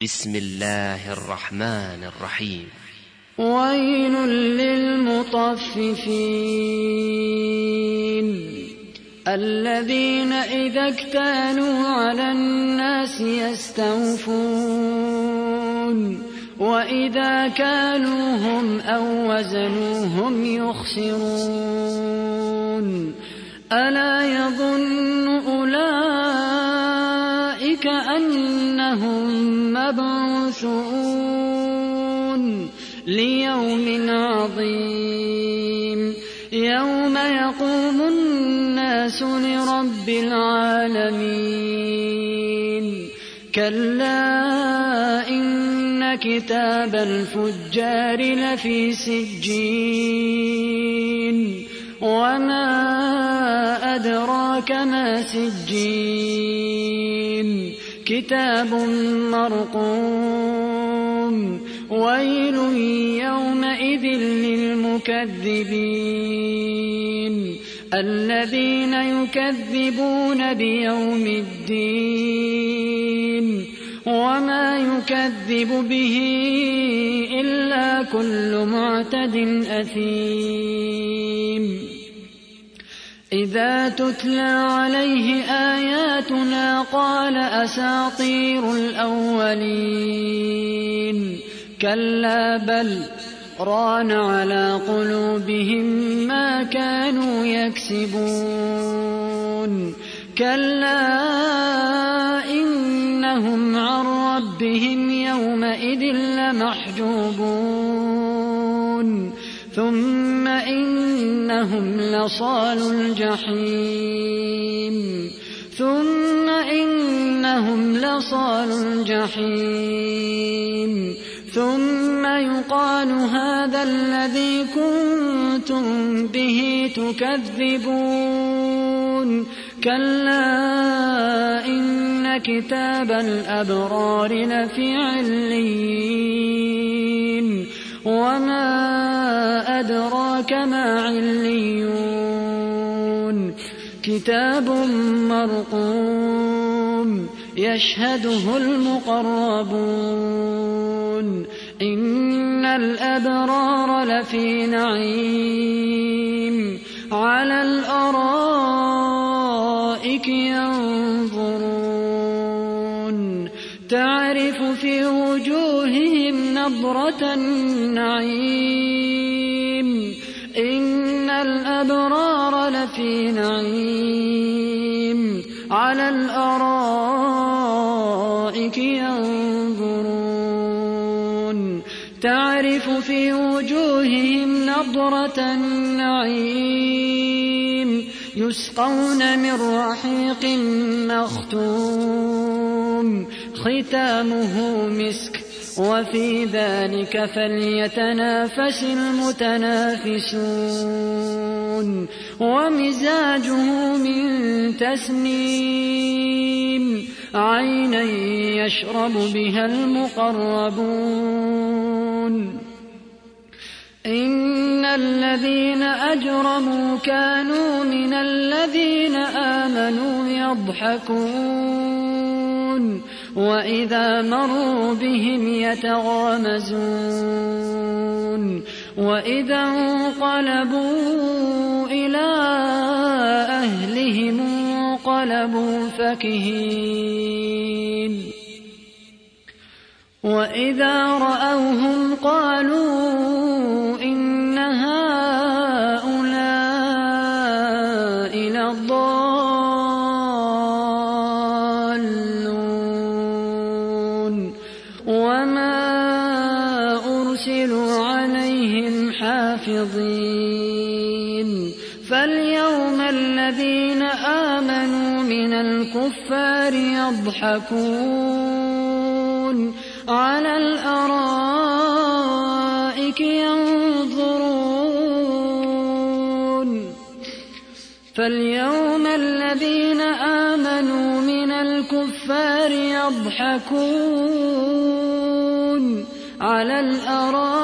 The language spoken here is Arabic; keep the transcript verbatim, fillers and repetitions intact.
بسم الله الرحمن الرحيم. ويل للمطففين الذين إذا اكتالوا على الناس يستوفون وإذا كالوهم أو وزنوهم يخسرون ألا يظن أولئك أنهم مبعوثون ليوم عظيم يوم يقوم الناس لرب العالمين كلا إن كتاب الفجار لفي سجين وما أدراك ما سجين كتاب مرقوم ويل يومئذ للمكذبين الذين يكذبون بيوم الدين وما يكذب به إلا كل معتد أثيم إذا تتلى عليه آياتنا قال أساطير الأولين كلا بل ران على قلوبهم ما كانوا يكسبون كلا إنهم عن ربهم يومئذ لمحجوبون ثم إنهم لصالو الجحيم ثم إنهم لصالو الجحيم ثم يقال هذا الذي كنتم به تكذبون كلا إن كتاب الأبرار لفي عليين وما أدراك ما عليون كتاب مرقوم يشهده المقربون إن الأبرار لفي نعيم على الأرائك ينظرون تعرف في وجوههم نضرة النعيم إن الأبرار لفي نعيم على الأرائك ينظرون تعرف في وجوههم نضرة النعيم يسقون من رحيق مختوم ختامه مسك وفي ذلك فليتنافس المتنافسون ومزاجه من تسنيم عينا يشرب بها المقربون إن الذين أجرموا كانوا من الذين آمنوا يضحكون وإذا مروا بهم يتغامزون وإذا انقلبوا إلى أهلهم انقلبوا فكهين وإذا رأوهم قالوا إن هؤلاء لضالون وما أرسلوا عليهم حافظين فاليوم الذين آمنوا من الكفار يضحكون على الأرائك ينظرون فاليوم الذين آمنوا من الكفار يضحكون على الأرائك